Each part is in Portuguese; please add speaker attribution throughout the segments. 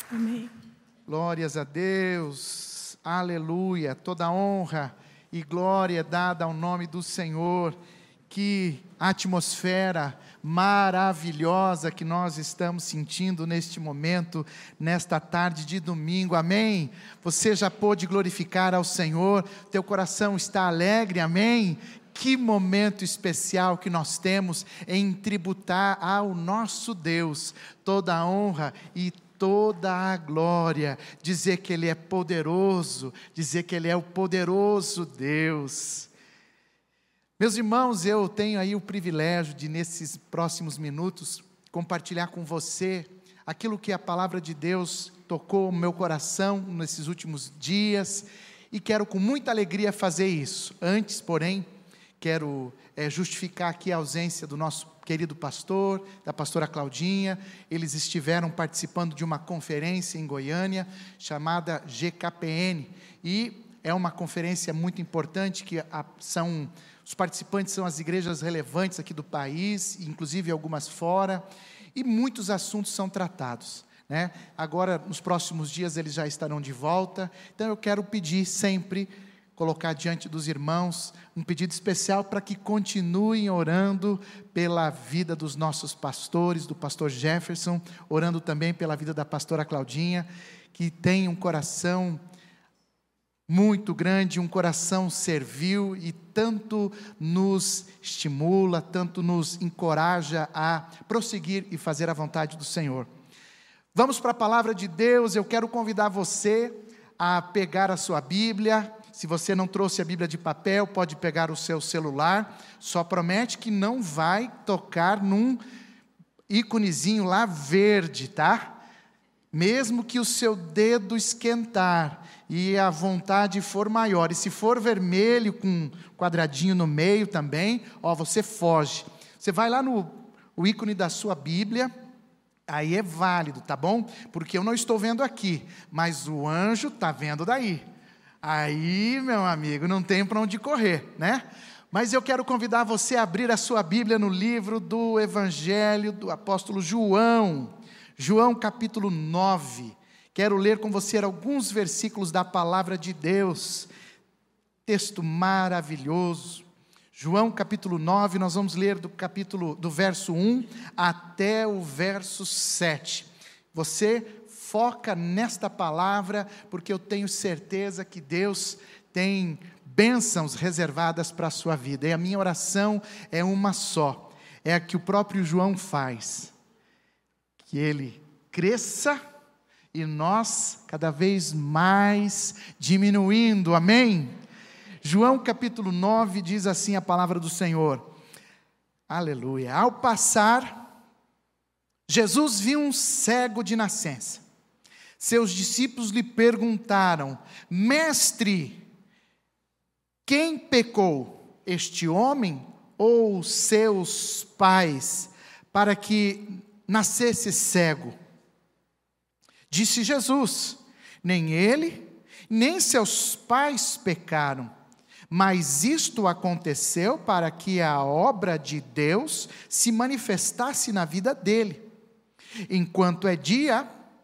Speaker 1: Amém.
Speaker 2: Glórias a Deus, aleluia, toda honra e glória dada ao nome do Senhor. Que atmosfera maravilhosa que nós estamos sentindo neste momento, nesta tarde de domingo, amém? Você já pôde glorificar ao Senhor, teu coração está alegre, amém? Que momento especial que nós temos em tributar ao nosso Deus toda a honra e toda a glória, dizer que Ele é poderoso, dizer que Ele é o poderoso Deus. Meus irmãos, eu tenho aí o privilégio de, nesses próximos minutos, compartilhar com você aquilo que a palavra de Deus tocou no meu coração nesses últimos dias, e quero com muita alegria fazer isso. Antes, porém, quero justificar aqui a ausência do nosso querido pastor, da pastora Claudinha. Eles estiveram participando de uma conferência em Goiânia, chamada GKPN, e é uma conferência muito importante, que os participantes são as igrejas relevantes aqui do país, inclusive algumas fora, e muitos assuntos são tratados, né? Agora, nos próximos dias, eles já estarão de volta, então eu quero pedir sempre, colocar diante dos irmãos, um pedido especial para que continuem orando pela vida dos nossos pastores, do pastor Jefferson, orando também pela vida da pastora Claudinha, que tem um coração muito grande, um coração servil, e tanto nos estimula, tanto nos encoraja a prosseguir e fazer a vontade do Senhor. Vamos para a palavra de Deus. Eu quero convidar você a pegar a sua Bíblia. Se você não trouxe a Bíblia de papel, pode pegar o seu celular. Só promete que não vai tocar num íconezinho lá verde, tá? Mesmo que o seu dedo esquentar e a vontade for maior, e se for vermelho com um quadradinho no meio também, você foge. Você vai lá no ícone da sua Bíblia, aí é válido, tá bom? Porque eu não estou vendo aqui, mas o anjo está vendo daí. Aí, meu amigo, não tem para onde correr, né? Mas eu quero convidar você a abrir a sua Bíblia no livro do Evangelho do apóstolo João. João capítulo 9, quero ler com você alguns versículos da palavra de Deus, texto maravilhoso. João capítulo 9, nós vamos ler do verso 1 até o verso 7. Você foca nesta palavra, porque eu tenho certeza que Deus tem bênçãos reservadas para a sua vida, e a minha oração é uma só, é a que o próprio João faz, que ele cresça e nós cada vez mais diminuindo, amém? João capítulo 9 diz assim a palavra do Senhor, aleluia. Ao passar, Jesus viu um cego de nascença. Seus discípulos lhe perguntaram: Mestre, quem pecou, este homem ou seus pais, para que nascesse cego? Disse Jesus: nem ele, nem seus pais pecaram, mas isto aconteceu para que a obra de Deus se manifestasse na vida dele. Enquanto é dia,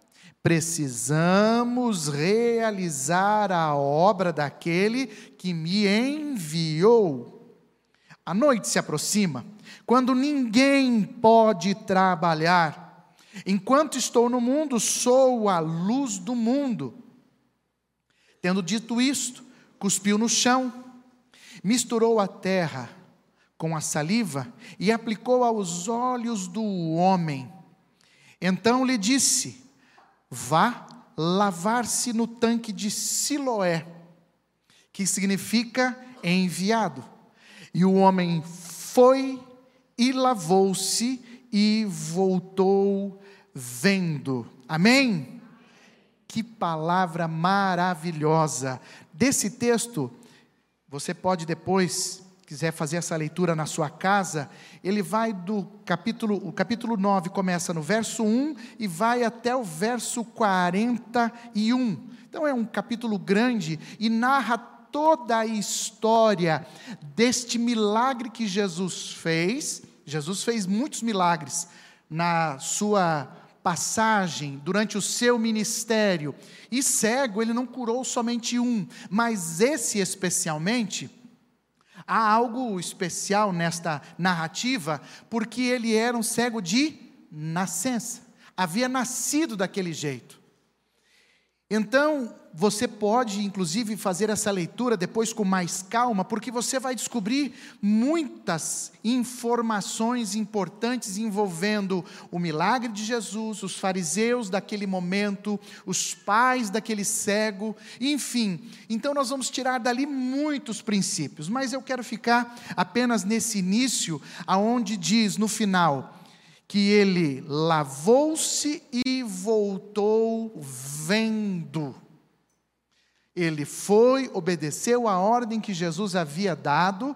Speaker 2: precisamos realizar a obra daquele que me enviou. A noite se aproxima, quando ninguém pode trabalhar. Enquanto estou no mundo, sou a luz do mundo. Tendo dito isto, cuspiu no chão, misturou a terra com a saliva e aplicou aos olhos do homem. Então lhe disse: vá lavar-se no tanque de Siloé, que significa enviado. E o homem foi e lavou-se e voltou vendo. Amém? Que palavra maravilhosa. Desse texto, você pode depois, quiser fazer essa leitura na sua casa, ele vai o capítulo 9 começa no verso 1 e vai até o verso 41. Então é um capítulo grande e narra toda a história deste milagre que Jesus fez. Jesus fez muitos milagres na sua passagem, durante o seu ministério. E cego, ele não curou somente um, mas esse especialmente. Há algo especial nesta narrativa, porque ele era um cego de nascença, havia nascido daquele jeito. Então, você pode inclusive fazer essa leitura depois com mais calma, porque você vai descobrir muitas informações importantes envolvendo o milagre de Jesus, os fariseus daquele momento, os pais daquele cego, enfim. Então nós vamos tirar dali muitos princípios, mas eu quero ficar apenas nesse início, aonde diz no final que ele lavou-se e voltou vendo. Ele foi, obedeceu a ordem que Jesus havia dado,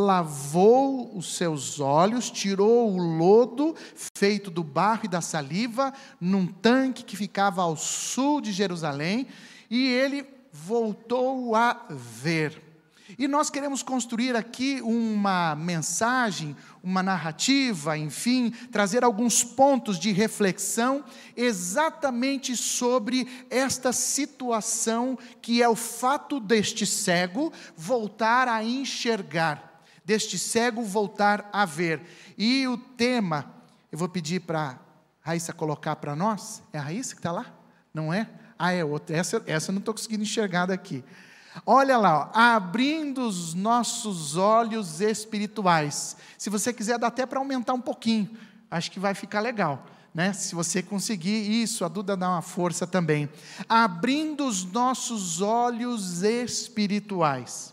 Speaker 2: lavou os seus olhos, tirou o lodo feito do barro e da saliva, num tanque que ficava ao sul de Jerusalém, e ele voltou a ver. E nós queremos construir aqui uma mensagem, uma narrativa, enfim, trazer alguns pontos de reflexão exatamente sobre esta situação que é o fato deste cego voltar a enxergar, deste cego voltar a ver. E o tema, eu vou pedir para a Raíssa colocar para nós. É a Raíssa que está lá? Não é? Ah, é outra. Essa eu não estou conseguindo enxergar daqui. Olha lá, ó, abrindo os nossos olhos espirituais. Se você quiser, dá até para aumentar um pouquinho, acho que vai ficar legal, né? Se você conseguir isso, a Duda dá uma força também. Abrindo os nossos olhos espirituais.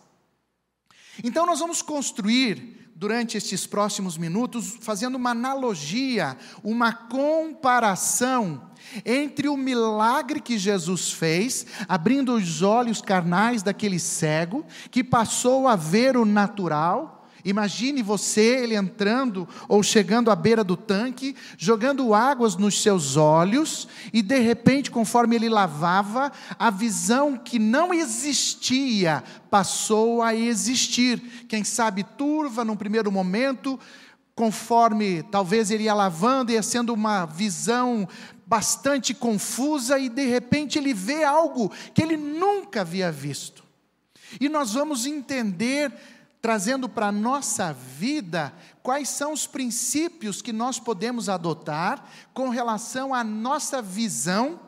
Speaker 2: Então nós vamos construir, durante estes próximos minutos, fazendo uma analogia, uma comparação entre o milagre que Jesus fez, abrindo os olhos carnais daquele cego, que passou a ver o natural. Imagine você, ele entrando ou chegando à beira do tanque, jogando águas nos seus olhos, e de repente, conforme ele lavava, a visão que não existia, passou a existir. Quem sabe turva num primeiro momento, conforme talvez ele ia lavando, ia sendo uma visão bastante confusa, e de repente ele vê algo que ele nunca havia visto. E nós vamos entender, trazendo para a nossa vida, quais são os princípios que nós podemos adotar com relação à nossa visão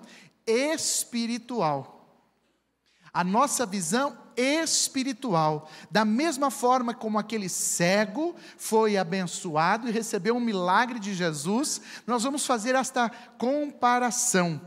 Speaker 2: espiritual. A nossa visão espiritual, da mesma forma como aquele cego foi abençoado e recebeu um milagre de Jesus, nós vamos fazer esta comparação.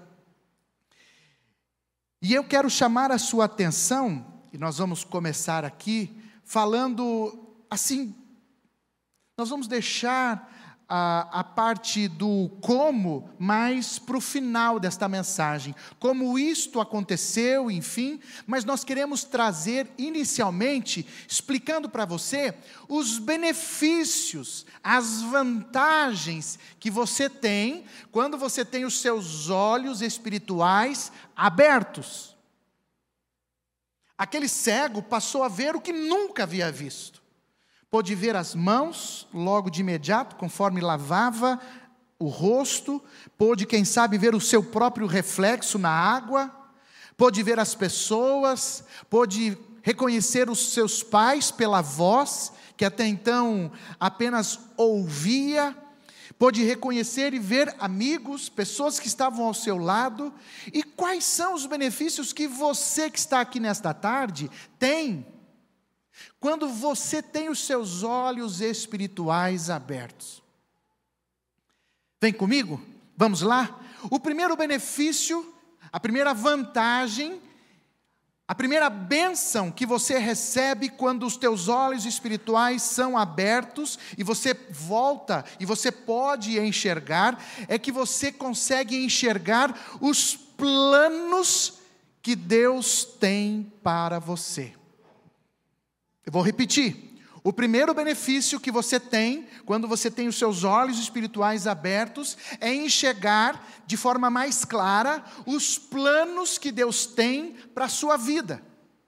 Speaker 2: E eu quero chamar a sua atenção, e nós vamos começar aqui, falando assim, nós vamos deixar a parte do como mais para o final desta mensagem, como isto aconteceu, enfim, mas nós queremos trazer inicialmente, explicando para você, os benefícios, as vantagens que você tem, quando você tem os seus olhos espirituais abertos. Aquele cego passou a ver o que nunca havia visto. Pôde ver as mãos logo de imediato, conforme lavava o rosto. Pôde, quem sabe, ver o seu próprio reflexo na água. Pôde ver as pessoas. Pôde reconhecer os seus pais pela voz, que até então apenas ouvia. Pôde reconhecer e ver amigos, pessoas que estavam ao seu lado. E quais são os benefícios que você que está aqui nesta tarde tem, quando você tem os seus olhos espirituais abertos? Vem comigo? Vamos lá? O primeiro benefício, a primeira vantagem, a primeira bênção que você recebe quando os teus olhos espirituais são abertos e você volta e você pode enxergar, é que você consegue enxergar os planos que Deus tem para você. Eu vou repetir. O primeiro benefício que você tem, quando você tem os seus olhos espirituais abertos, é enxergar de forma mais clara os planos que Deus tem para a sua vida.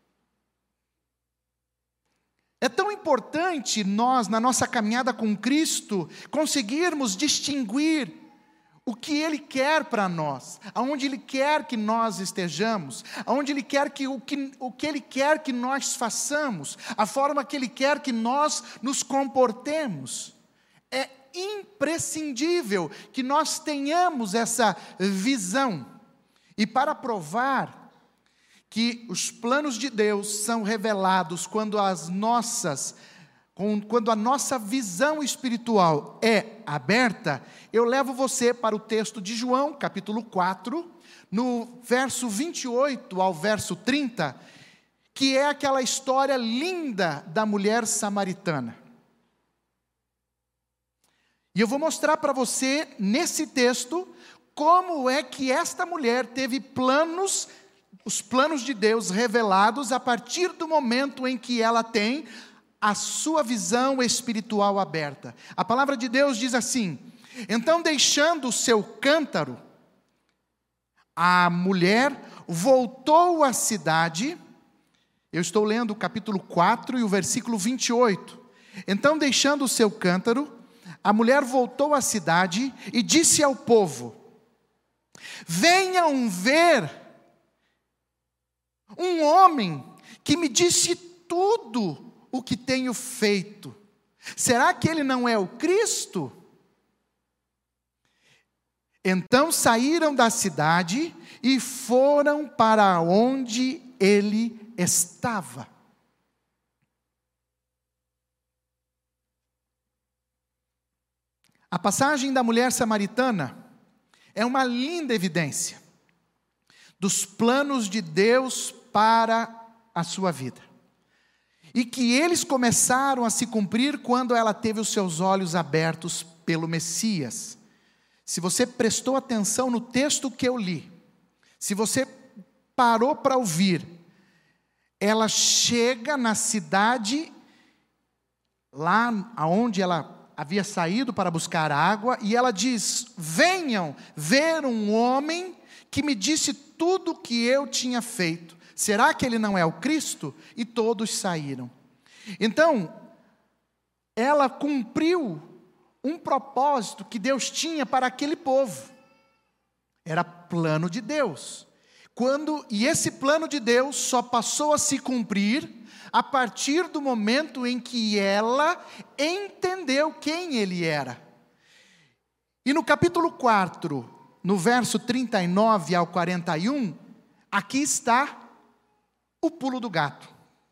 Speaker 2: É tão importante nós, na nossa caminhada com Cristo, conseguirmos distinguir o que Ele quer para nós, aonde Ele quer que nós estejamos, aonde Ele quer o que Ele quer que nós façamos, a forma que Ele quer que nós nos comportemos. É imprescindível que nós tenhamos essa visão. E para provar que os planos de Deus são revelados quando a nossa visão espiritual é aberta, eu levo você para o texto de João, capítulo 4, no verso 28 ao verso 30, que é aquela história linda da mulher samaritana. E eu vou mostrar para você, nesse texto, como é que esta mulher teve os planos de Deus revelados a partir do momento em que ela tem a sua visão espiritual aberta. A palavra de Deus diz assim: então, deixando o seu cântaro, a mulher voltou à cidade. Eu estou lendo o capítulo 4 e o versículo 28. Então, deixando o seu cântaro, a mulher voltou à cidade e disse ao povo: venham ver um homem que me disse tudo o que tenho feito. Será que ele não é o Cristo? Então saíram da cidade e foram para onde ele estava. A passagem da mulher samaritana é uma linda evidência dos planos de Deus para a sua vida. E que eles começaram a se cumprir quando ela teve os seus olhos abertos pelo Messias. Se você prestou atenção no texto que eu li, se você parou para ouvir, ela chega na cidade, lá onde ela havia saído para buscar água, e ela diz: venham ver um homem que me disse tudo o que eu tinha feito. Será que ele não é o Cristo? E todos saíram. Então, ela cumpriu um propósito que Deus tinha para aquele povo. Era plano de Deus. E esse plano de Deus só passou a se cumprir a partir do momento em que ela entendeu quem ele era. E no capítulo 4, no verso 39 ao 41, aqui está o pulo do gato.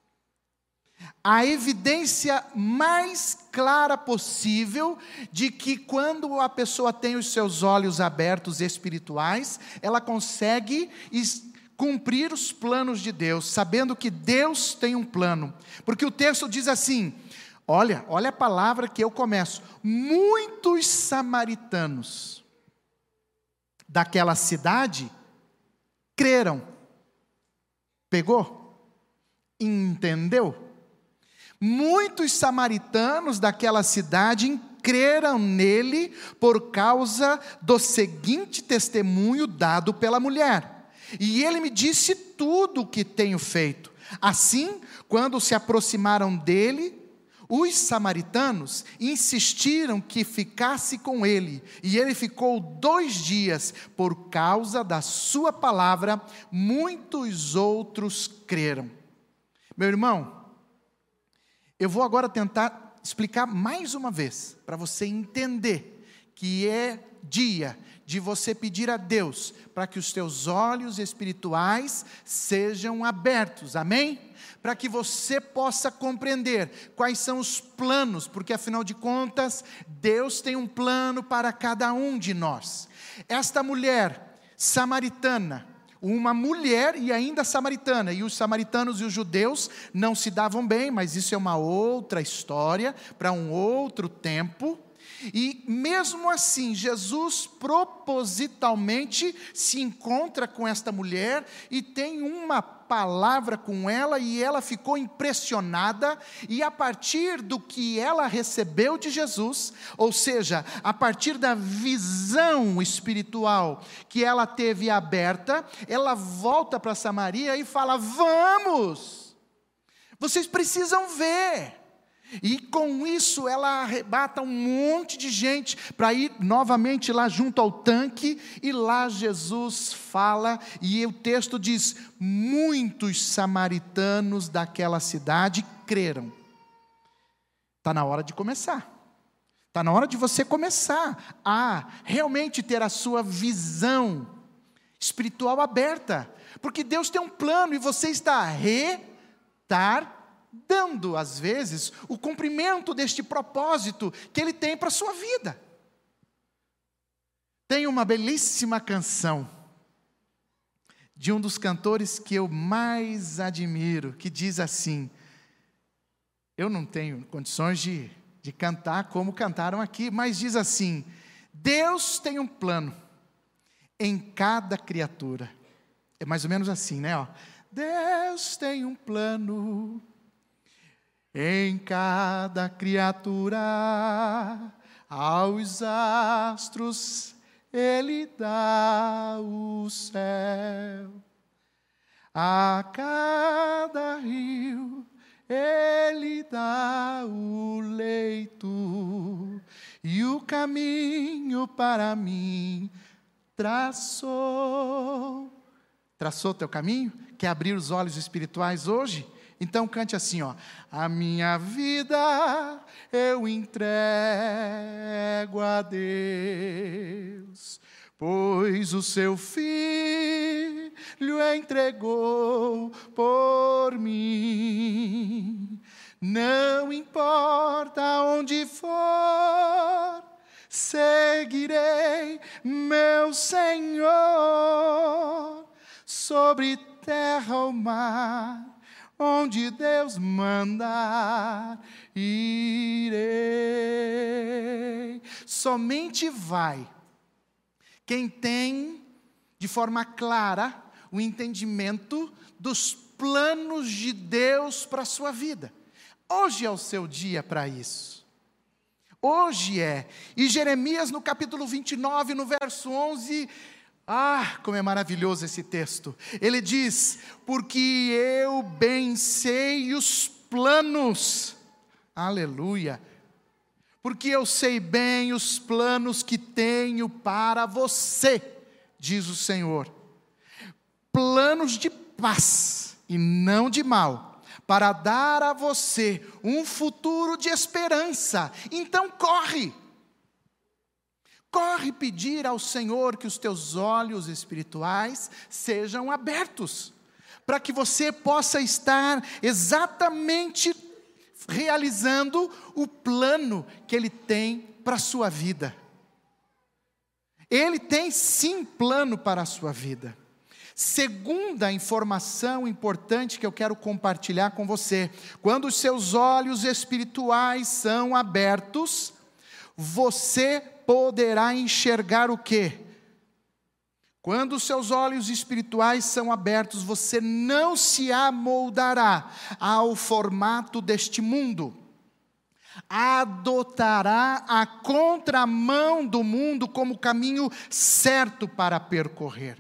Speaker 2: A evidência mais clara possível de que quando a pessoa tem os seus olhos abertos espirituais, ela consegue cumprir os planos de Deus, sabendo que Deus tem um plano. Porque o texto diz assim, olha a palavra que eu começo: muitos samaritanos daquela cidade creram. Pegou? Entendeu? Muitos samaritanos daquela cidade creram nele por causa do seguinte testemunho dado pela mulher: e ele me disse tudo o que tenho feito. Assim, quando se aproximaram dele, os samaritanos insistiram que ficasse com ele, e ele ficou 2 dias. Por causa da sua palavra, muitos outros creram. Meu irmão, eu vou agora tentar explicar mais uma vez, para você entender que é dia de você pedir a Deus para que os teus olhos espirituais sejam abertos, amém? Para que você possa compreender quais são os planos, porque afinal de contas, Deus tem um plano para cada um de nós. Esta mulher samaritana, uma mulher e ainda samaritana, e os samaritanos e os judeus não se davam bem, mas isso é uma outra história, para um outro tempo. E mesmo assim, Jesus propositalmente se encontra com esta mulher e tem uma palavra com ela, e ela ficou impressionada, e a partir do que ela recebeu de Jesus, ou seja, a partir da visão espiritual que ela teve aberta, ela volta para Samaria e fala: vamos, vocês precisam ver. E com isso ela arrebata um monte de gente para ir novamente lá junto ao tanque, e lá Jesus fala, e o texto diz: muitos samaritanos daquela cidade creram. Está na hora de começar. Está na hora de você começar a realmente ter a sua visão espiritual aberta, porque Deus tem um plano e você está retardando, às vezes, o cumprimento deste propósito que Ele tem para a sua vida. Tem uma belíssima canção de um dos cantores que eu mais admiro, que diz assim, eu não tenho condições de cantar como cantaram aqui, mas diz assim: Deus tem um plano em cada criatura. É mais ou menos assim, né? Deus tem um plano em cada criatura, aos astros Ele dá o céu, a cada rio Ele dá o leito, e o caminho para mim traçou. Traçou teu caminho? Quer abrir os olhos espirituais hoje? Então cante assim, a minha vida eu entrego a Deus, pois o seu Filho entregou por mim. Não importa onde for, seguirei meu Senhor, sobre terra ou mar, onde Deus mandar, irei. Somente vai quem tem de forma clara o entendimento dos planos de Deus para a sua vida. Hoje é o seu dia para isso. Hoje é. E Jeremias no capítulo 29, no verso 11, como é maravilhoso esse texto. Ele diz: porque eu bem sei os planos, aleluia, porque eu sei bem os planos que tenho para você, diz o Senhor, planos de paz e não de mal, para dar a você um futuro de esperança. Então corre pedir ao Senhor que os teus olhos espirituais sejam abertos, para que você possa estar exatamente realizando o plano que Ele tem para a sua vida. Ele tem sim plano para a sua vida. Segunda informação importante que eu quero compartilhar com você: quando os seus olhos espirituais são abertos, você poderá enxergar o quê? Quando os seus olhos espirituais são abertos, você não se amoldará ao formato deste mundo, adotará a contramão do mundo como caminho certo para percorrer.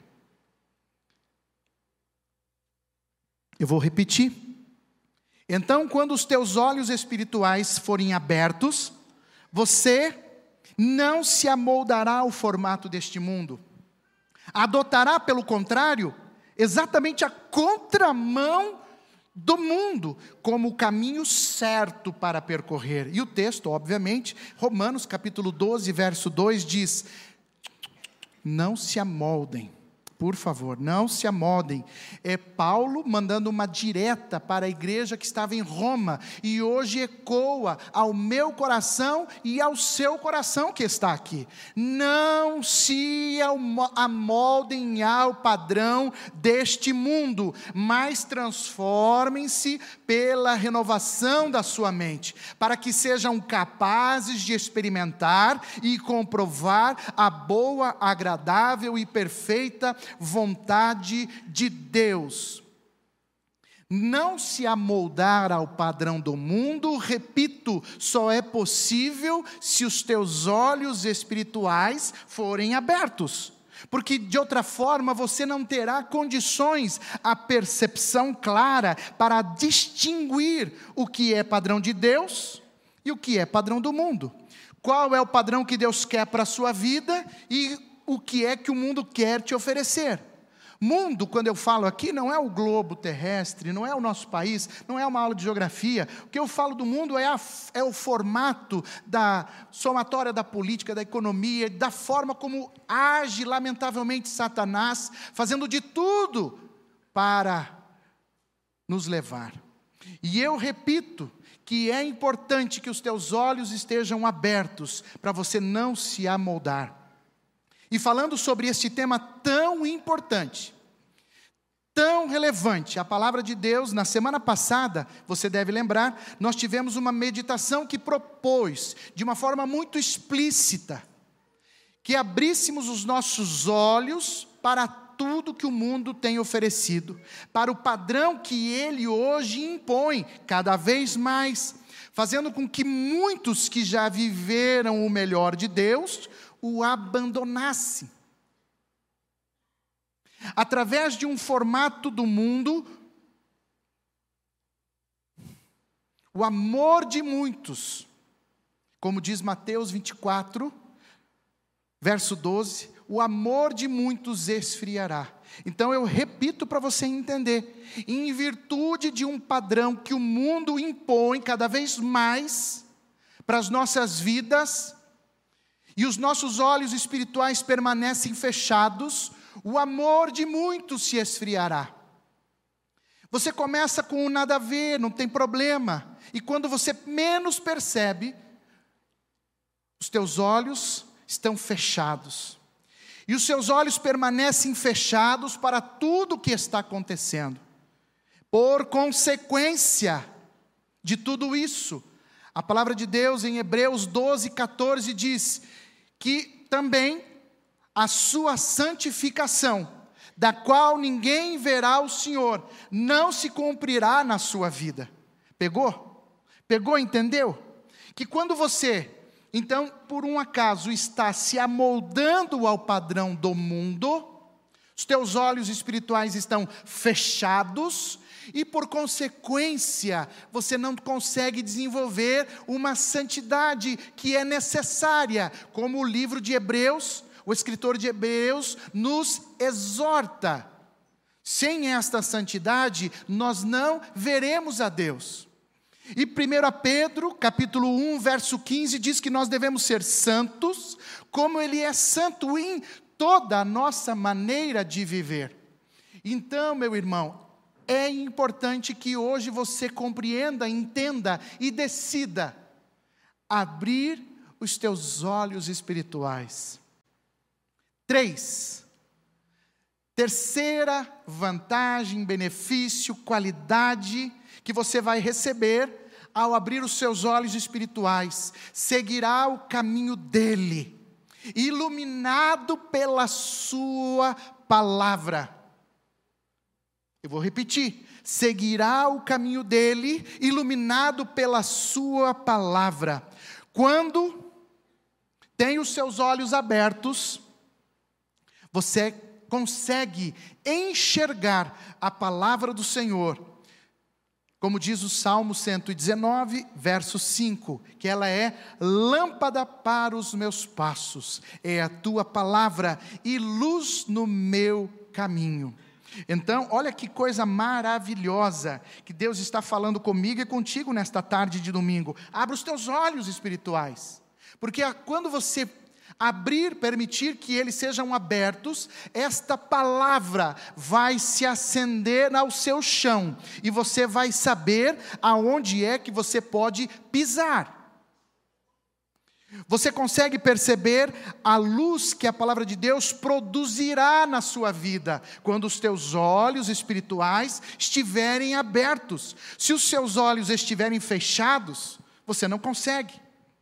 Speaker 2: Eu vou repetir. Então, quando os teus olhos espirituais forem abertos, você não se amoldará ao formato deste mundo. Adotará, pelo contrário, exatamente a contramão do mundo, como o caminho certo para percorrer. E o texto, obviamente, Romanos capítulo 12, verso 2 diz: não se amoldem. Por favor, não se amoldem. É Paulo mandando uma direta para a igreja que estava em Roma, e hoje ecoa ao meu coração e ao seu coração que está aqui. Não se amoldem ao padrão deste mundo, mas transformem-se pela renovação da sua mente, para que sejam capazes de experimentar e comprovar a boa, agradável e perfeita vontade de Deus. Não se amoldar ao padrão do mundo, repito, só é possível se os teus olhos espirituais forem abertos, porque de outra forma você não terá condições, a percepção clara para distinguir o que é padrão de Deus E o que é padrão do mundo? Qual é o padrão que Deus quer para a sua vida e o que é que o mundo quer te oferecer? Mundo, quando eu falo aqui, não é o globo terrestre, não é o nosso país, não é uma aula de geografia. O que eu falo do mundo é o formato da somatória da política, da economia, da forma como age, lamentavelmente, Satanás, fazendo de tudo para nos levar. E eu repito que é importante que os teus olhos estejam abertos para você não se amoldar. E falando sobre este tema tão importante, tão relevante, a palavra de Deus, na semana passada, você deve lembrar, nós tivemos uma meditação que propôs, de uma forma muito explícita, que abríssemos os nossos olhos para tudo que o mundo tem oferecido, para o padrão que ele hoje impõe, cada vez mais, fazendo com que muitos que já viveram o melhor de Deus, o abandonasse. Através de um formato do mundo, o amor de muitos, como diz Mateus 24, verso 12, o amor de muitos esfriará. Então eu repito para você entender, em virtude de um padrão que o mundo impõe cada vez mais para as nossas vidas, e os nossos olhos espirituais permanecem fechados, o amor de muitos se esfriará. Você começa com nada a ver, não tem problema, e quando você menos percebe, os teus olhos estão fechados, e os seus olhos permanecem fechados para tudo o que está acontecendo. Por consequência de tudo isso, a palavra de Deus em Hebreus 12:14 diz que também a sua santificação, da qual ninguém verá o Senhor, não se cumprirá na sua vida. Pegou? Pegou, entendeu? Que quando você, então, por um acaso, está se amoldando ao padrão do mundo, os teus olhos espirituais estão fechados, e por consequência, você não consegue desenvolver uma santidade que é necessária, como o livro de Hebreus, o escritor de Hebreus nos exorta. Sem esta santidade, nós não veremos a Deus. E 1 Pedro, capítulo 1, verso 15, diz que nós devemos ser santos, como Ele é santo em toda a nossa maneira de viver. Então, meu irmão, é importante que hoje você compreenda, entenda e decida abrir os teus olhos espirituais. 3. Terceira vantagem, benefício, qualidade que você vai receber ao abrir os seus olhos espirituais: seguirá o caminho dele, iluminado pela sua palavra. Eu vou repetir: seguirá o caminho dele, iluminado pela sua palavra. Quando tem os seus olhos abertos, você consegue enxergar a palavra do Senhor, como diz o Salmo 119, verso 5, que ela é lâmpada para os meus passos, é a tua palavra e luz no meu caminho. Então, olha que coisa maravilhosa que Deus está falando comigo e contigo nesta tarde de domingo. Abra os teus olhos espirituais, porque quando você abrir, permitir que eles sejam abertos, esta palavra vai se acender ao seu chão, e você vai saber aonde é que você pode pisar. Você consegue perceber a luz que a palavra de Deus produzirá na sua vida, quando os teus olhos espirituais estiverem abertos. Se os seus olhos estiverem fechados, você não consegue.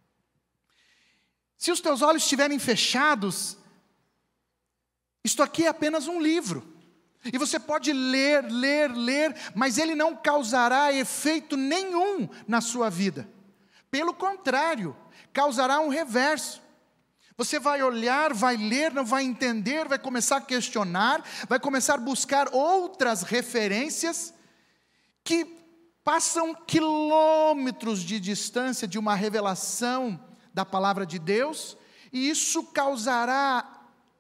Speaker 2: Se os teus olhos estiverem fechados, isto aqui é apenas um livro, e você pode ler, mas ele não causará efeito nenhum na sua vida. Pelo contrário, causará um reverso. Você vai olhar, vai ler, não vai entender, vai começar a questionar, vai começar a buscar outras referências que passam quilômetros de distância de uma revelação da palavra de Deus, e isso causará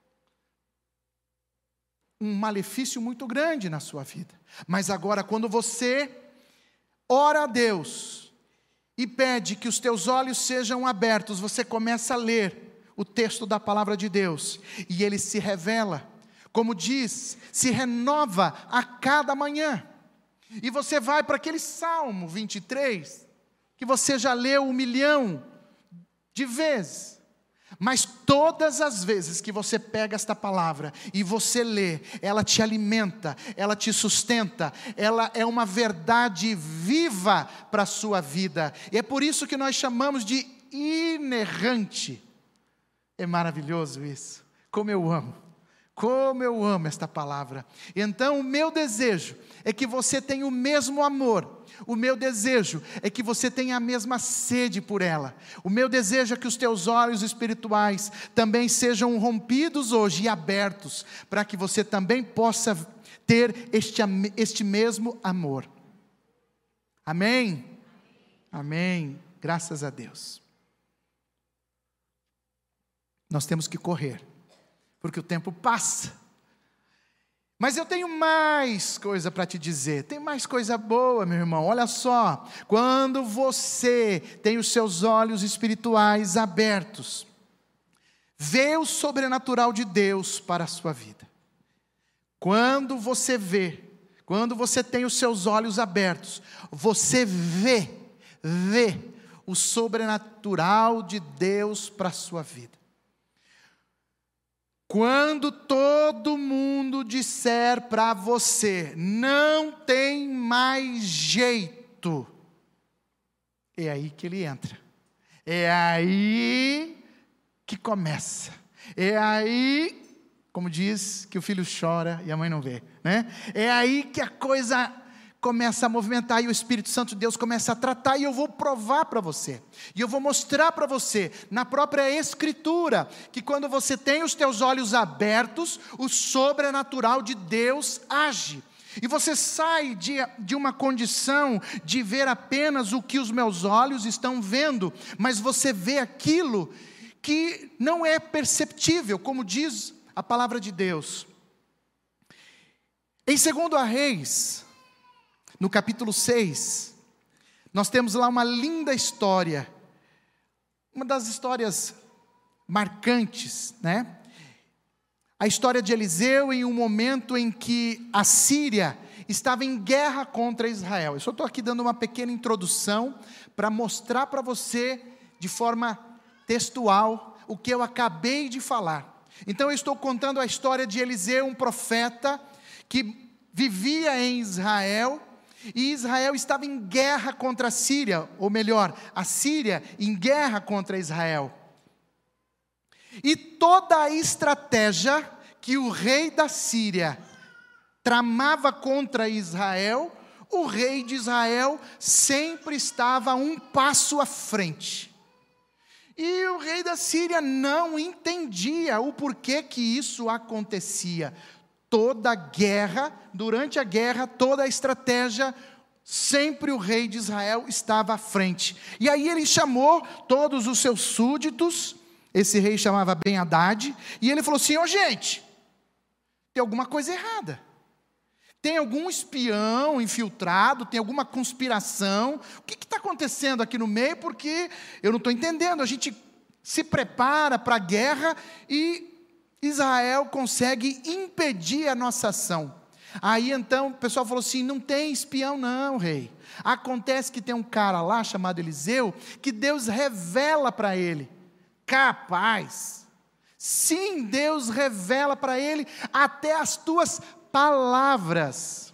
Speaker 2: um malefício muito grande na sua vida. Mas agora, quando você ora a Deus e pede que os teus olhos sejam abertos, você começa a ler o texto da palavra de Deus, e ele se revela, como diz, se renova a cada manhã. E você vai para aquele Salmo 23, que você já leu 1 milhão de vezes. Mas todas as vezes que você pega esta palavra e você lê, ela te alimenta, ela te sustenta, ela é uma verdade viva para a sua vida. E é por isso que nós chamamos de inerrante. É maravilhoso isso. Como eu amo esta palavra. Então o meu desejo é que você tenha o mesmo amor. O meu desejo é que você tenha a mesma sede por ela. O meu desejo é que os teus olhos espirituais também sejam rompidos hoje e abertos, para que você também possa ter este mesmo amor. Amém? Amém. Graças a Deus. Nós temos que correr, porque o tempo passa. Mas eu tenho mais coisa para te dizer, tem mais coisa boa, meu irmão. Olha só, quando você tem os seus olhos espirituais abertos, vê o sobrenatural de Deus para a sua vida. Quando você tem os seus olhos abertos, você vê o sobrenatural de Deus para a sua vida. Quando todo mundo disser para você, não tem mais jeito, é aí que ele entra, é aí que começa, é aí, como diz, que o filho chora e a mãe não vê, né? É aí que a coisa começa a movimentar e o Espírito Santo de Deus começa a tratar, e eu vou provar para você, e eu vou mostrar para você, na própria Escritura, que quando você tem os teus olhos abertos, o sobrenatural de Deus age, e você sai de uma condição de ver apenas o que os meus olhos estão vendo, mas você vê aquilo que não é perceptível, como diz a palavra de Deus. Em 2 Reis, no capítulo 6, nós temos lá uma linda história, uma das histórias marcantes, né? A história de Eliseu em um momento em que a Síria estava em guerra contra Israel. Eu só estou aqui dando uma pequena introdução para mostrar para você, de forma textual, o que eu acabei de falar. Então eu estou contando a história de Eliseu, um profeta que vivia em Israel, e Israel estava em guerra contra a Síria, ou melhor, a Síria em guerra contra Israel. E toda a estratégia que o rei da Síria tramava contra Israel, o rei de Israel sempre estava um passo à frente. E o rei da Síria não entendia o porquê que isso acontecia. Toda guerra, durante a guerra, toda a estratégia, sempre o rei de Israel estava à frente. E aí ele chamou todos os seus súditos, esse rei chamava Ben-Hadad, e ele falou assim: ó gente, tem alguma coisa errada. Tem algum espião infiltrado, tem alguma conspiração, o que está acontecendo aqui no meio? Porque eu não estou entendendo, a gente se prepara para a guerra e Israel consegue impedir a nossa ação. Aí então o pessoal falou assim: não tem espião não, rei. Acontece que tem um cara lá chamado Eliseu, que Deus revela para ele. Capaz, sim, Deus revela para ele até as tuas palavras.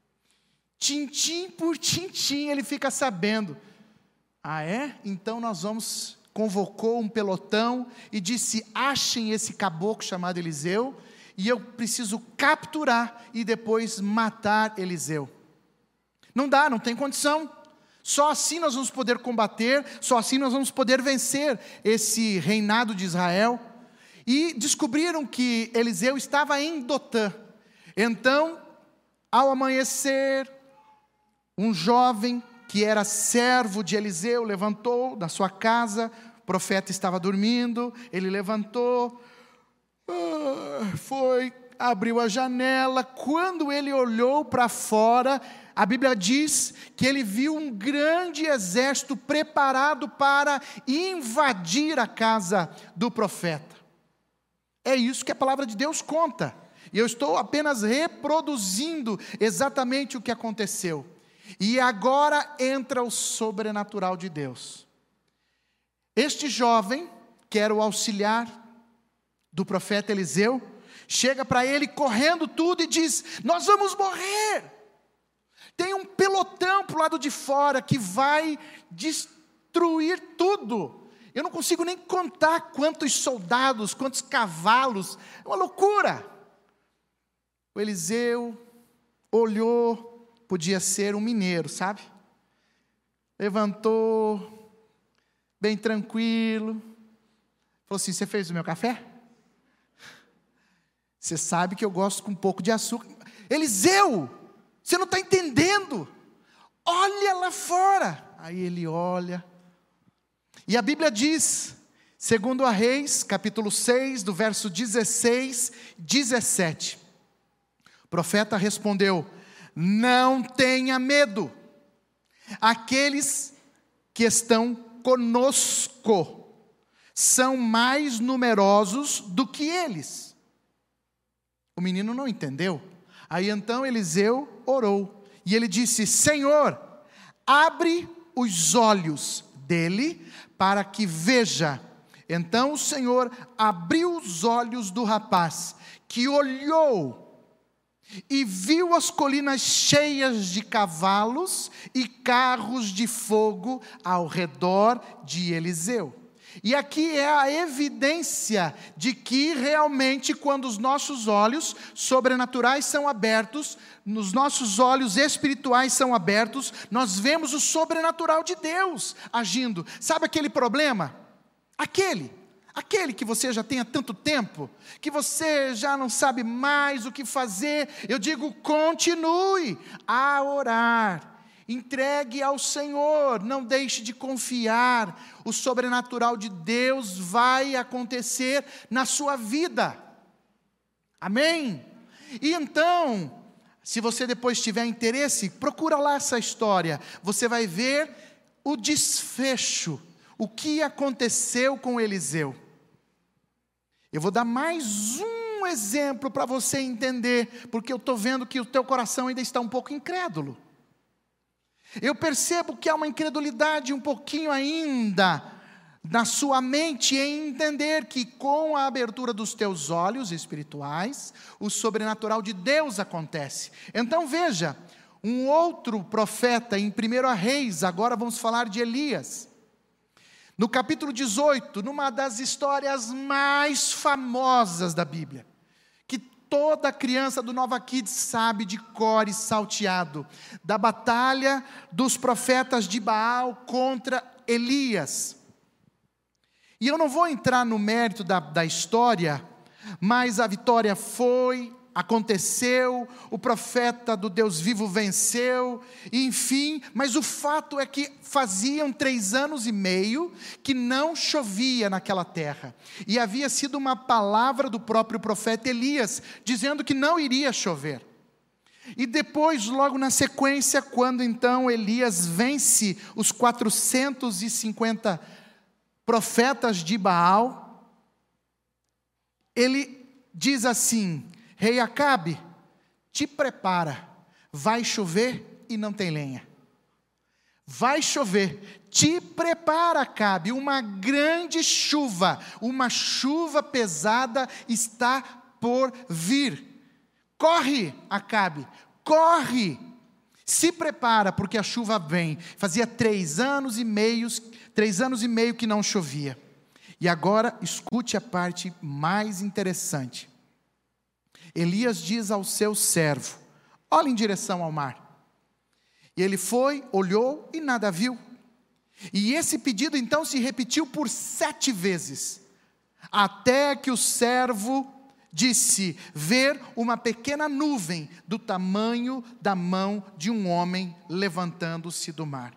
Speaker 2: Tintim por tintim ele fica sabendo. Ah é? Então nós vamos... Convocou um pelotão e disse: achem esse caboclo chamado Eliseu, e eu preciso capturar e depois matar Eliseu. Não dá, não tem condição. Só assim nós vamos poder combater, só assim nós vamos poder vencer esse reinado de Israel. E descobriram que Eliseu estava em Dotã. Então, ao amanhecer, um jovem que era servo de Eliseu levantou da sua casa, o profeta estava dormindo, ele levantou, abriu a janela. Quando ele olhou para fora, a Bíblia diz que ele viu um grande exército preparado para invadir a casa do profeta. É isso que a palavra de Deus conta, e eu estou apenas reproduzindo exatamente o que aconteceu. E agora entra o sobrenatural de Deus. Este jovem, que era o auxiliar do profeta Eliseu, chega para ele correndo tudo e diz: nós vamos morrer. Tem um pelotão para o lado de fora que vai destruir tudo. Eu não consigo nem contar quantos soldados, quantos cavalos, é uma loucura. O Eliseu olhou, podia ser um mineiro, sabe? Levantou, bem tranquilo, falou assim: você fez o meu café? Você sabe que eu gosto com um pouco de açúcar. Eliseu, você não está entendendo, olha lá fora. Aí ele olha, e a Bíblia diz, segundo a Reis, capítulo 6, do verso 16, 17, o profeta respondeu: não tenha medo, aqueles que estão conosco são mais numerosos do que eles. O menino não entendeu. Aí então Eliseu orou, e ele disse: Senhor, abre os olhos dele, para que veja. Então o Senhor abriu os olhos do rapaz, que olhou, e viu as colinas cheias de cavalos e carros de fogo ao redor de Eliseu. E aqui é a evidência de que realmente, quando os nossos olhos sobrenaturais são abertos, nos nossos olhos espirituais são abertos, nós vemos o sobrenatural de Deus agindo. Sabe aquele problema? Aquele que você já tem há tanto tempo, que você já não sabe mais o que fazer. Eu digo, continue a orar. Entregue ao Senhor, não deixe de confiar, o sobrenatural de Deus vai acontecer na sua vida, amém? E então, se você depois tiver interesse, procura lá essa história, você vai ver o desfecho, o que aconteceu com Eliseu. Eu vou dar mais um exemplo para você entender, porque eu estou vendo que o teu coração ainda está um pouco incrédulo. Eu percebo que há uma incredulidade um pouquinho ainda na sua mente em entender que com a abertura dos teus olhos espirituais, o sobrenatural de Deus acontece. Então veja, um outro profeta em 1 Reis, agora vamos falar de Elias. No capítulo 18, numa das histórias mais famosas da Bíblia, toda criança do Nova Kids sabe de cor e salteado, da batalha dos profetas de Baal contra Elias. E eu não vou entrar no mérito da história, mas a vitória aconteceu, o profeta do Deus vivo venceu, enfim, mas o fato é que faziam 3 anos e meio que não chovia naquela terra, e havia sido uma palavra do próprio profeta Elias, dizendo que não iria chover. E depois, logo na sequência, quando então Elias vence os 450 profetas de Baal, ele diz assim: Rei Acabe, te prepara, vai chover e não tem lenha. Vai chover, te prepara, Acabe, uma grande chuva, uma chuva pesada está por vir. Corre, Acabe, corre, se prepara, porque a chuva vem. Fazia 3 anos e meio que não chovia. E agora, escute a parte mais interessante. Elias diz ao seu servo: olha em direção ao mar. E ele foi, olhou e nada viu. E esse pedido então se repetiu por 7 vezes, até que o servo disse ver uma pequena nuvem do tamanho da mão de um homem levantando-se do mar.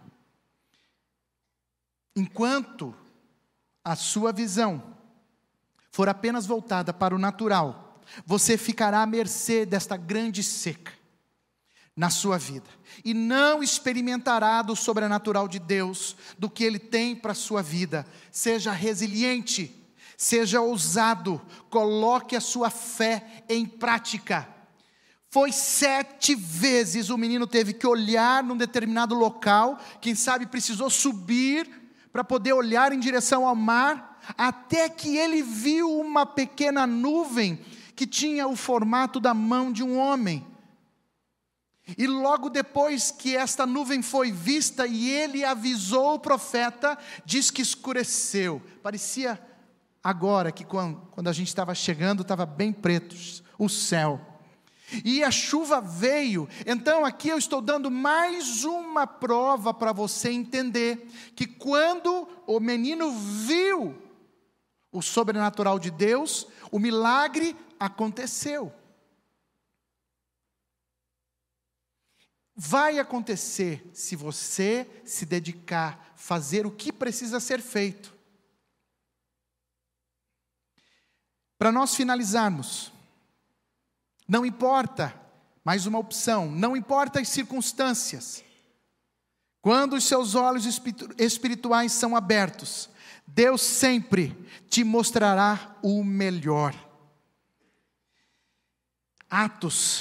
Speaker 2: Enquanto a sua visão for apenas voltada para o natural, você ficará à mercê desta grande seca na sua vida, e não experimentará do sobrenatural de Deus, do que Ele tem para a sua vida. Seja resiliente, seja ousado, coloque a sua fé em prática. Foi 7 vezes o menino teve que olhar num determinado local, quem sabe precisou subir para poder olhar em direção ao mar, até que ele viu uma pequena nuvem que tinha o formato da mão de um homem. E logo depois que esta nuvem foi vista e ele avisou o profeta, diz que escureceu. Parecia agora que quando a gente estava chegando, estava bem preto o céu. E a chuva veio. Então aqui eu estou dando mais uma prova para você entender que quando o menino viu o sobrenatural de Deus, o milagre aconteceu. Vai acontecer se você se dedicar a fazer o que precisa ser feito. Para nós finalizarmos, não importa, mais uma opção, não importa as circunstâncias, quando os seus olhos espirituais são abertos, Deus sempre te mostrará o melhor. Atos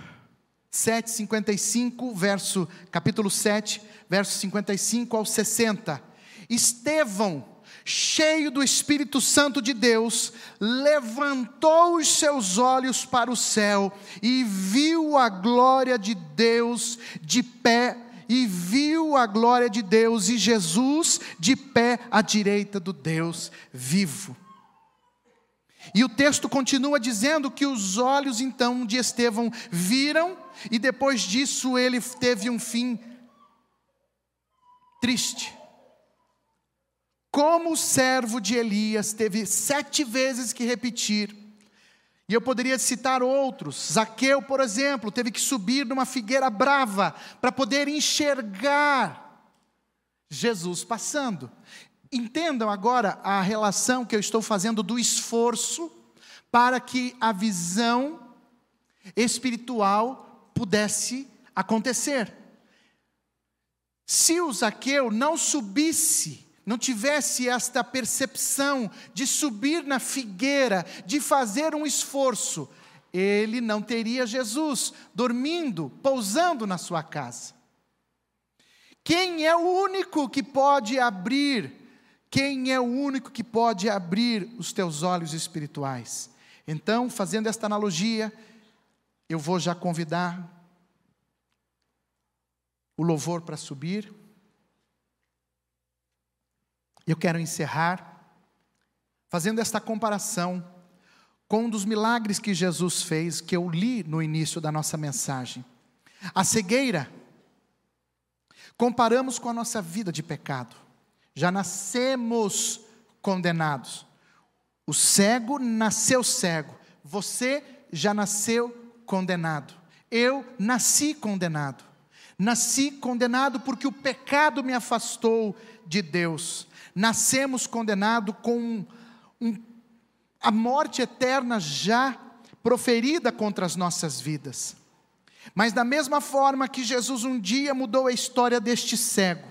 Speaker 2: 7:55, capítulo 7, verso 55 ao 60. Estevão, cheio do Espírito Santo de Deus, levantou os seus olhos para o céu e viu a glória de Deus de pé, e viu a glória de Deus e Jesus de pé à direita do Deus vivo. E o texto continua dizendo que os olhos então de Estevão viram, e depois disso ele teve um fim triste. Como o servo de Elias teve 7 vezes que repetir, e eu poderia citar outros. Zaqueu, por exemplo, teve que subir numa figueira brava para poder enxergar Jesus passando. Entendam agora a relação que eu estou fazendo do esforço para que a visão espiritual pudesse acontecer. Se o Zaqueu não subisse, não tivesse esta percepção de subir na figueira, de fazer um esforço, ele não teria Jesus dormindo, pousando na sua casa. Quem é o único que pode abrir? Quem é o único que pode abrir os teus olhos espirituais? Então, fazendo esta analogia, eu vou já convidar o louvor para subir. Eu quero encerrar fazendo esta comparação com um dos milagres que Jesus fez, que eu li no início da nossa mensagem. A cegueira, comparamos com a nossa vida de pecado. Já nascemos condenados. O cego nasceu cego. Você já nasceu condenado. Eu nasci condenado. Nasci condenado porque o pecado me afastou de Deus. Nascemos condenados com a morte eterna já proferida contra as nossas vidas. Mas da mesma forma que Jesus um dia mudou a história deste cego,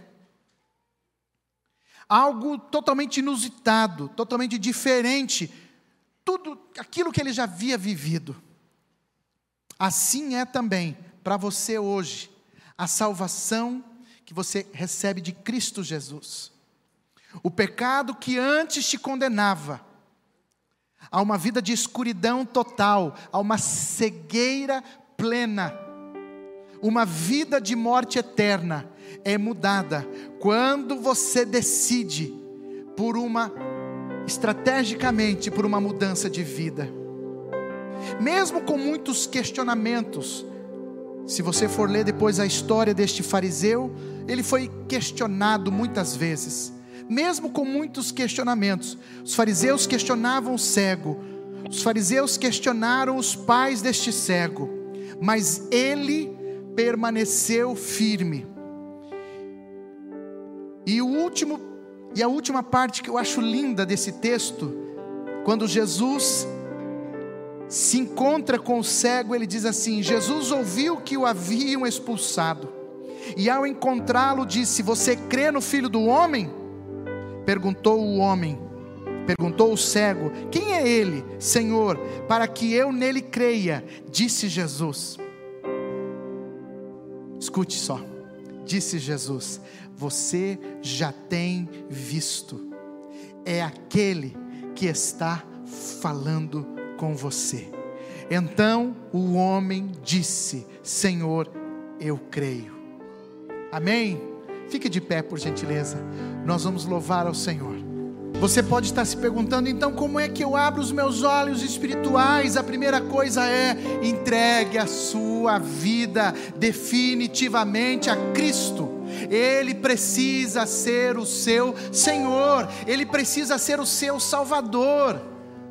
Speaker 2: algo totalmente inusitado, totalmente diferente, tudo aquilo que ele já havia vivido. Assim é também para você hoje, a salvação que você recebe de Cristo Jesus. O pecado que antes te condenava a uma vida de escuridão total, a uma cegueira plena, uma vida de morte eterna, é mudada quando você decide estrategicamente por uma mudança de vida. Mesmo com muitos questionamentos, se você for ler depois a história deste fariseu, ele foi questionado muitas vezes. Mesmo com muitos questionamentos, os fariseus questionavam o cego: Os fariseus questionaram os pais deste cego, mas ele permaneceu firme. E a última parte que eu acho linda desse texto, quando Jesus se encontra com o cego, ele diz assim: Jesus ouviu que o haviam expulsado, e ao encontrá-lo disse: você crê no Filho do Homem? Perguntou o cego: quem é ele, Senhor, para que eu nele creia? Disse Jesus. Escute só, disse Jesus: você já tem visto, é aquele que está falando com você. Então o homem disse: Senhor, eu creio. Amém? Fique de pé, por gentileza. Nós vamos louvar ao Senhor. Você pode estar se perguntando: então como é que eu abro os meus olhos espirituais? A primeira coisa é: entregue a sua vida definitivamente a Cristo. Ele precisa ser o seu Senhor, Ele precisa ser o seu Salvador.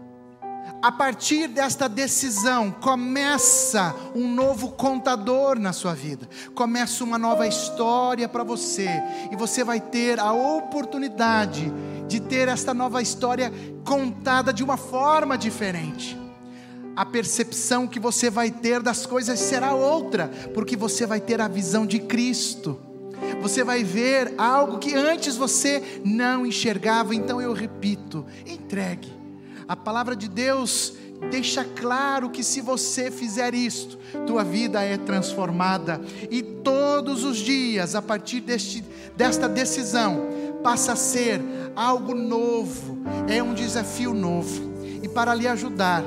Speaker 2: A partir desta decisão, começa um novo contador na sua vida, começa uma nova história para você, e você vai ter a oportunidade de ter esta nova história contada de uma forma diferente. A percepção que você vai ter das coisas será outra, porque você vai ter a visão de Cristo. Você vai ver algo que antes você não enxergava. Então eu repito: entregue. A palavra de Deus deixa claro que se você fizer isto, tua vida é transformada. E todos os dias, a partir desta decisão, passa a ser algo novo. É um desafio novo. E para lhe ajudar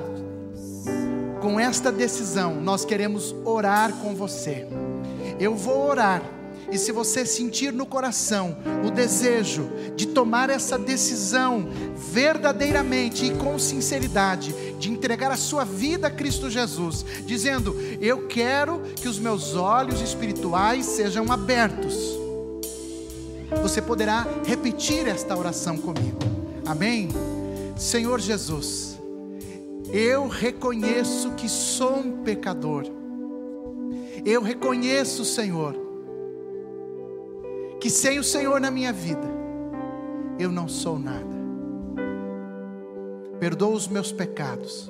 Speaker 2: com esta decisão, nós queremos orar com você. Eu vou orar. E se você sentir no coração o desejo de tomar essa decisão verdadeiramente e com sinceridade, de entregar a sua vida a Cristo Jesus, dizendo: eu quero que os meus olhos espirituais sejam abertos, você poderá repetir esta oração comigo. Amém? Senhor Jesus, eu reconheço que sou um pecador. Eu reconheço, Senhor, que sem o Senhor na minha vida, eu não sou nada. Perdoa os meus pecados,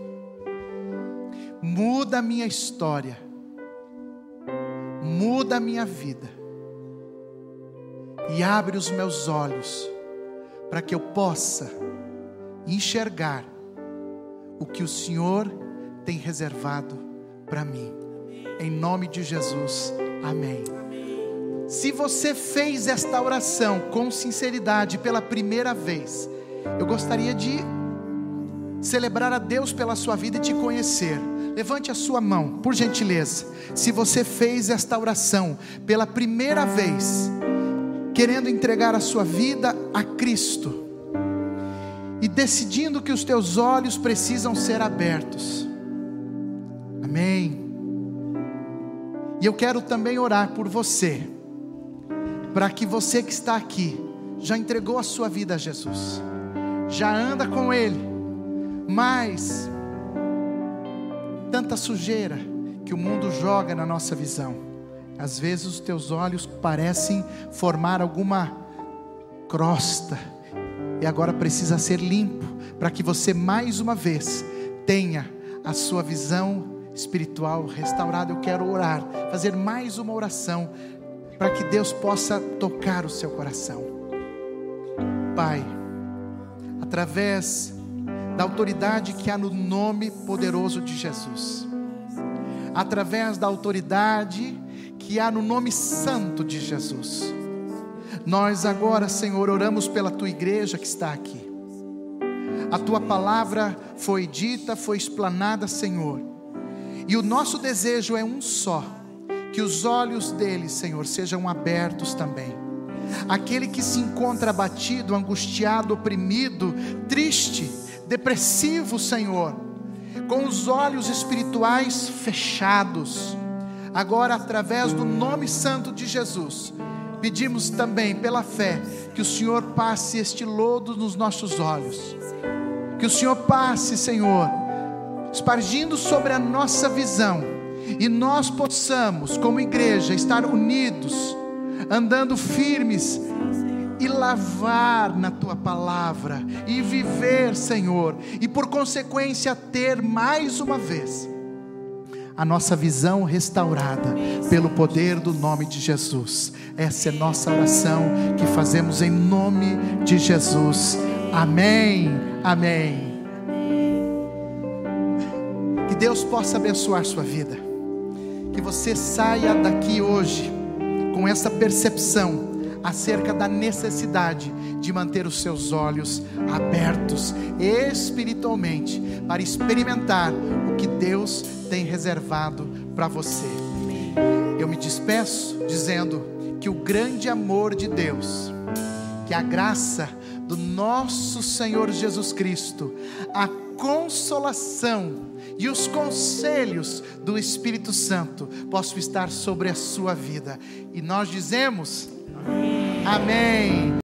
Speaker 2: muda a minha história, muda a minha vida, e abre os meus olhos, para que eu possa enxergar o que o Senhor tem reservado para mim. Em nome de Jesus, amém. Se você fez esta oração com sinceridade pela primeira vez, eu gostaria de celebrar a Deus pela sua vida e te conhecer. Levante a sua mão, por gentileza. Se você fez esta oração pela primeira vez, querendo entregar a sua vida a Cristo, e decidindo que os teus olhos precisam ser abertos. Amém. E eu quero também orar por você, para que você que está aqui, já entregou a sua vida a Jesus, já anda com Ele, mas tanta sujeira que o mundo joga na nossa visão, às vezes os teus olhos parecem formar alguma crosta, e agora precisa ser limpo, para que você mais uma vez tenha a sua visão espiritual restaurada. Eu quero orar, fazer mais uma oração, para que Deus possa tocar o seu coração. Pai, através da autoridade que há no nome poderoso de Jesus, através da autoridade que há no nome santo de Jesus, nós agora, Senhor, oramos pela tua igreja que está aqui. A tua palavra foi dita, foi explanada, Senhor, e o nosso desejo é um só: que os olhos deles, Senhor, sejam abertos também. Aquele que se encontra abatido, angustiado, oprimido, triste, depressivo, Senhor, com os olhos espirituais fechados, agora através do nome santo de Jesus, pedimos também pela fé que o Senhor passe este lodo nos nossos olhos, que o Senhor passe, Senhor, espargindo sobre a nossa visão, e nós possamos, como igreja, estar unidos, andando firmes, e lavar na Tua palavra, e viver, Senhor, e por consequência ter mais uma vez a nossa visão restaurada, pelo poder do nome de Jesus. Essa é nossa oração, que fazemos em nome de Jesus, amém, amém. Que Deus possa abençoar sua vida, que você saia daqui hoje com essa percepção acerca da necessidade de manter os seus olhos abertos espiritualmente, para experimentar o que Deus tem reservado para você. Eu me despeço dizendo que o grande amor de Deus, que a graça do nosso Senhor Jesus Cristo, a consolação e os conselhos do Espírito Santo possam estar sobre a sua vida. E nós dizemos: amém.